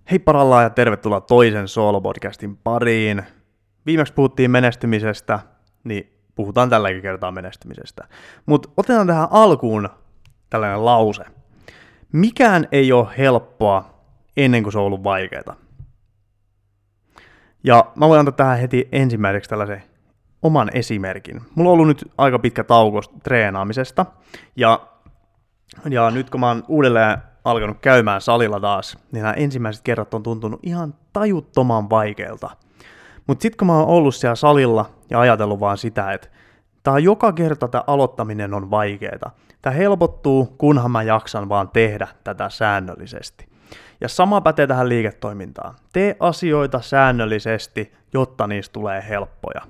Hei parallaan ja tervetuloa toisen Soolo-podcastin pariin. Viimeksi puhuttiin menestymisestä, niin puhutaan tälläkin kertaa menestymisestä. Mutta otetaan tähän alkuun tällainen lause. Mikään ei ole helppoa ennen kuin se on ollut vaikeaa. Ja mä voin antaa tähän heti ensimmäiseksi tällaisen oman esimerkin. Mulla on ollut nyt aika pitkä tauko treenaamisesta. Ja nyt kun mä oon uudelleen alkanut käymään salilla taas, niin nämä ensimmäiset kerrat on tuntunut ihan tajuttoman vaikeilta. Mutta sitten kun mä oon ollut siellä salilla ja ajatellut vaan sitä, että joka kerta tämä aloittaminen on vaikeaa. Tämä helpottuu, kunhan mä jaksan vaan tehdä tätä säännöllisesti. Ja sama pätee tähän liiketoimintaan. Tee asioita säännöllisesti, jotta niistä tulee helppoja.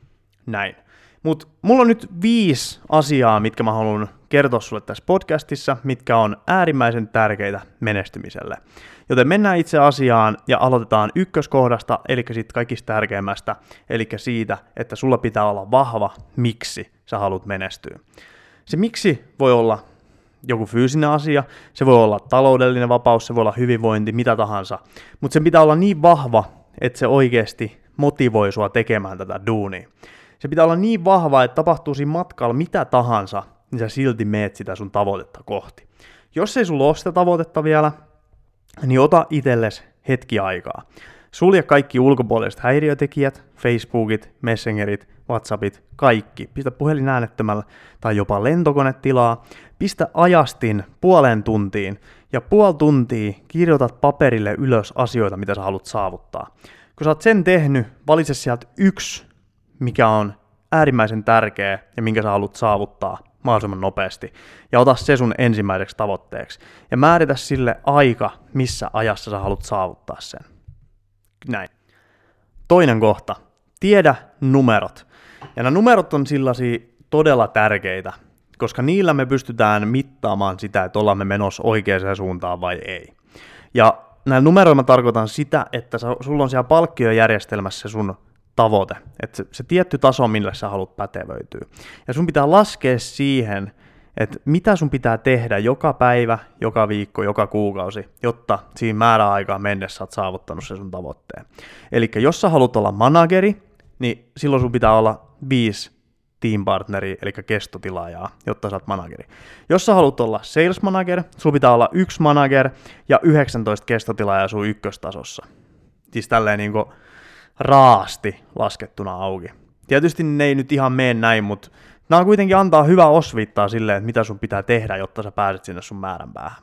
Näin. Mutta mulla on nyt 5 asiaa, mitkä mä haluan kertoa sulle tässä podcastissa, mitkä on äärimmäisen tärkeitä menestymiselle. Joten mennään itse asiaan ja aloitetaan ykköskohdasta, eli siitä kaikista tärkeimmästä, eli siitä, että sulla pitää olla vahva miksi sä haluat menestyä. Se miksi voi olla joku fyysinen asia, se voi olla taloudellinen vapaus, se voi olla hyvinvointi, mitä tahansa, mutta sen pitää olla niin vahva, että se oikeasti motivoi sua tekemään tätä duunia. Se pitää olla niin vahva, että tapahtuu siinä matkalla mitä tahansa, niin sä silti meet sitä sun tavoitetta kohti. Jos ei sulla ole sitä tavoitetta vielä, niin ota itsellesi hetki aikaa. Sulje kaikki ulkopuoliset häiriötekijät, Facebookit, Messengerit, WhatsAppit, kaikki. Pistä puhelin äänettömällä tai jopa lentokonetilaa. Pistä ajastin 0,5 tuntiin ja 0,5 tuntia kirjoitat paperille ylös asioita, mitä sä haluat saavuttaa. Kun sä oot sen tehnyt, valitse sieltä yksi, mikä on äärimmäisen tärkeä ja minkä sä haluat saavuttaa mahdollisimman nopeasti. Ja ota se sun ensimmäiseksi tavoitteeksi. Ja määritä sille aika, missä ajassa sä haluat saavuttaa sen. Näin. Toinen kohta. Tiedä numerot. Ja nämä numerot on sellaisia todella tärkeitä, koska niillä me pystytään mittaamaan sitä, että ollaan me menossa oikeaan suuntaan vai ei. Ja näillä numeroilla mä tarkoitan sitä, että sulla on siellä palkkiojärjestelmässä se sun tavoite, että se tietty taso, millä sä haluat pätevöityä. Ja sun pitää laskea siihen, että mitä sun pitää tehdä joka päivä, joka viikko, joka kuukausi, jotta siinä määräaikaan mennessä sä oot saavuttanut sen sun tavoitteen. Eli jos sä haluat olla manageri, niin silloin sun pitää olla 5 team partneria, eli kestotilaajaa, jotta sä oot manageri. Jos sä haluat olla sales manager, sulla pitää olla 1 manager ja 19 kestotilaajaa sun ykköstasossa. Siis tälleen niinku raasti laskettuna auki. Tietysti ne ei nyt ihan mene näin, mutta nämä kuitenkin antaa hyvää osviittaa silleen, että mitä sun pitää tehdä, jotta sä pääset sinne sun määränpäähän.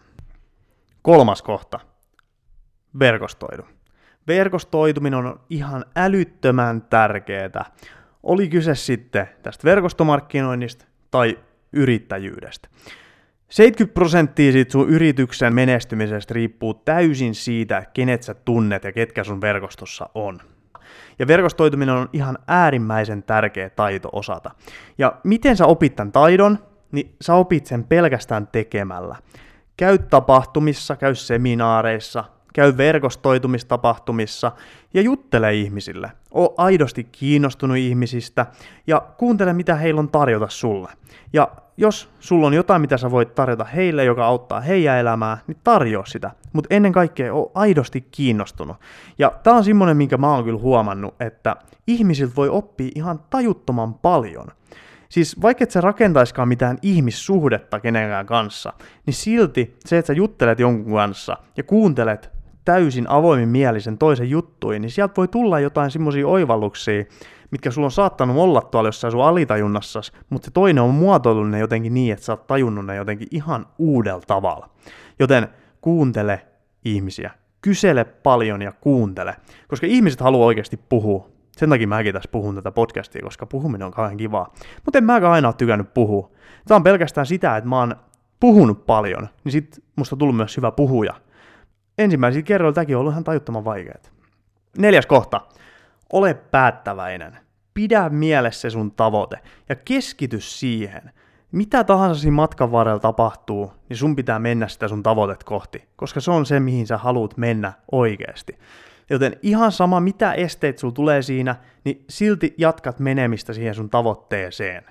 3. kohta. Verkostoidu. Verkostoituminen on ihan älyttömän tärkeää. Oli kyse sitten tästä verkostomarkkinoinnista tai yrittäjyydestä. 70% siitä sun yrityksen menestymisestä riippuu täysin siitä, kenet sä tunnet ja ketkä sun verkostossa on. Ja verkostoituminen on ihan äärimmäisen tärkeä taito osata. Ja miten sä opit tämän taidon, niin sä opit sen pelkästään tekemällä. Käy tapahtumissa, käy seminaareissa, käy verkostoitumistapahtumissa ja juttele ihmisille. Oo aidosti kiinnostunut ihmisistä ja kuuntele, mitä heillä on tarjota sulle. Ja jos sulla on jotain, mitä sä voit tarjota heille, joka auttaa heidän elämää, niin tarjoa sitä. Mutta ennen kaikkea oo aidosti kiinnostunut. Ja tää on semmoinen, minkä mä oon kyllä huomannut, että ihmisiltä voi oppia ihan tajuttoman paljon. Siis vaikka et sä rakentaiskaan mitään ihmissuhdetta kenenkään kanssa, niin silti se, että sä juttelet jonkun kanssa ja kuuntelet täysin avoimin mielisen toisen juttuihin, niin sieltä voi tulla jotain semmoisia oivalluksia, mitkä sulla on saattanut olla tuolla jossain sun alitajunnassas, mutta se toinen on muotoillut ne jotenkin niin, että sä oot tajunnut ne jotenkin ihan uudella tavalla. Joten kuuntele ihmisiä, kysele paljon ja kuuntele, koska ihmiset haluaa oikeasti puhua. Sen takia mäkin tässä puhun tätä podcastia, koska puhuminen on kauhean kivaa. Mutta en mäkään aina ole tykännyt puhua. Tämä on pelkästään sitä, että mä oon puhunut paljon, niin sit musta on tullut myös hyvä puhuja. Ensimmäisillä kerroilla tämäkin on ollut ihan tajuttoman vaikeaa. 4. kohta. Ole päättäväinen. Pidä mielessä se sun tavoite ja keskity siihen. Mitä tahansa siinä matkan varrella tapahtuu, niin sun pitää mennä sitä sun tavoitet kohti, koska se on se, mihin sä haluat mennä oikeasti. Joten ihan sama, mitä esteet sulla tulee siinä, niin silti jatkat menemistä siihen sun tavoitteeseen.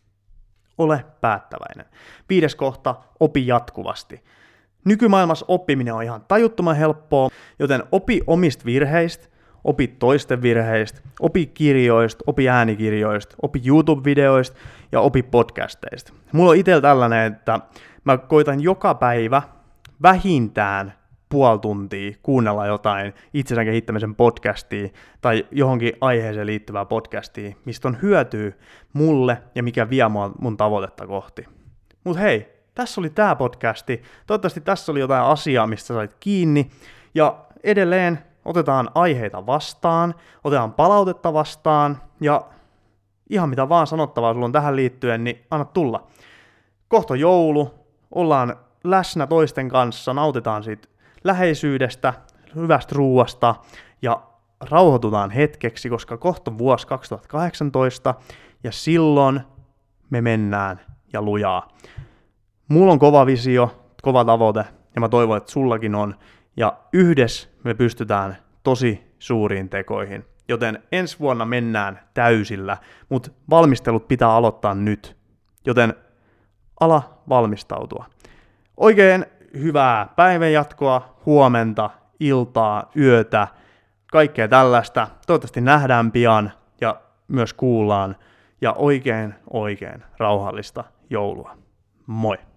Ole päättäväinen. 5. kohta. Opi jatkuvasti. Nykymaailmassa oppiminen on ihan tajuttoman helppoa, Joten opi omista virheistä, opi toisten virheistä, opi kirjoista, opi äänikirjoista, opi YouTube-videoista ja opi podcasteista. Mulla on itsellä tällainen, että mä koitan joka päivä vähintään puoli tuntia kuunnella jotain itsensä kehittämisen podcastia tai johonkin aiheeseen liittyvää podcastia, mistä on hyötyä mulle ja mikä vie mun tavoitetta kohti. Mut hei, tässä oli tää podcasti. Toivottavasti tässä oli jotain asiaa, mistä sait kiinni. Ja edelleen otetaan aiheita vastaan, otetaan palautetta vastaan ja ihan mitä vaan sanottavaa sulla on tähän liittyen, niin anna tulla. Kohta joulu, ollaan läsnä toisten kanssa, nautitaan siitä läheisyydestä, hyvästä ruuasta ja rauhoitutaan hetkeksi, koska kohta on vuosi 2018 ja silloin me mennään ja lujaa. Mulla on kova visio, kova tavoite ja mä toivon, että sullakin on ja yhdessä me pystytään tosi suuriin tekoihin. Joten ensi vuonna mennään täysillä, mutta valmistelut pitää aloittaa nyt. Joten ala valmistautua. Oikein hyvää päivänjatkoa, huomenta, iltaa, yötä, kaikkea tällaista. Toivottavasti nähdään pian ja myös kuullaan. Ja oikein rauhallista joulua. Moi!